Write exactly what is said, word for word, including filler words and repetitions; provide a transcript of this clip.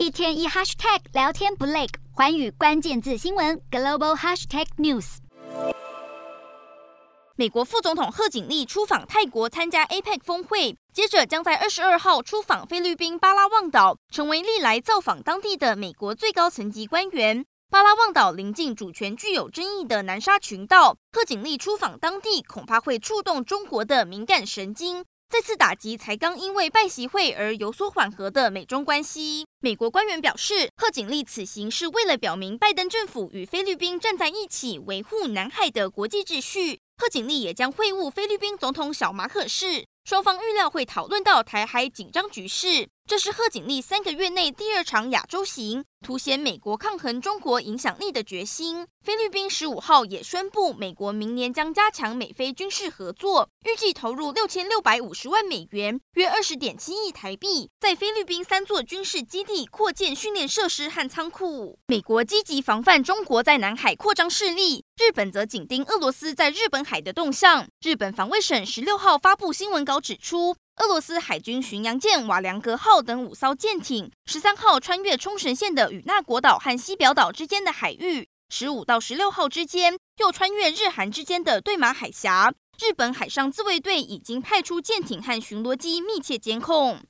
一天一 hashtag 聊天不累，寰宇关键字新闻 global hashtag news。 美国副总统贺锦丽出访泰国参加 A P E C 峰会，接着将在二十二号出访菲律宾巴拉望岛，成为历来造访当地的美国最高层级官员。巴拉望岛临近主权具有争议的南沙群岛，贺锦丽出访当地恐怕会触动中国的敏感神经，再次打击才刚因为拜习会而有所缓和的美中关系。美国官员表示，贺锦丽此行是为了表明拜登政府与菲律宾站在一起，维护南海的国际秩序。贺锦丽也将会晤菲律宾总统小马可仕，双方预料会讨论到台海紧张局势。这是贺锦丽三个月内第二场亚洲行，凸显美国抗衡中国影响力的决心。菲律宾十五号也宣布，美国明年将加强美菲军事合作，预计投入六千六百五十万美元，约二十点七亿台币，在菲律宾三座军事基地扩建训练设施和仓库。美国积极防范中国在南海扩张势力，日本则紧盯俄罗斯在日本海的动向。日本防卫省十六号发布新闻稿指出，俄罗斯海军巡洋舰瓦良格号等五艘舰艇，十三号穿越冲绳县的与那国岛和西表岛之间的海域，十五到十六号之间又穿越日韩之间的对马海峡。日本海上自卫队已经派出舰艇和巡逻机密切监控。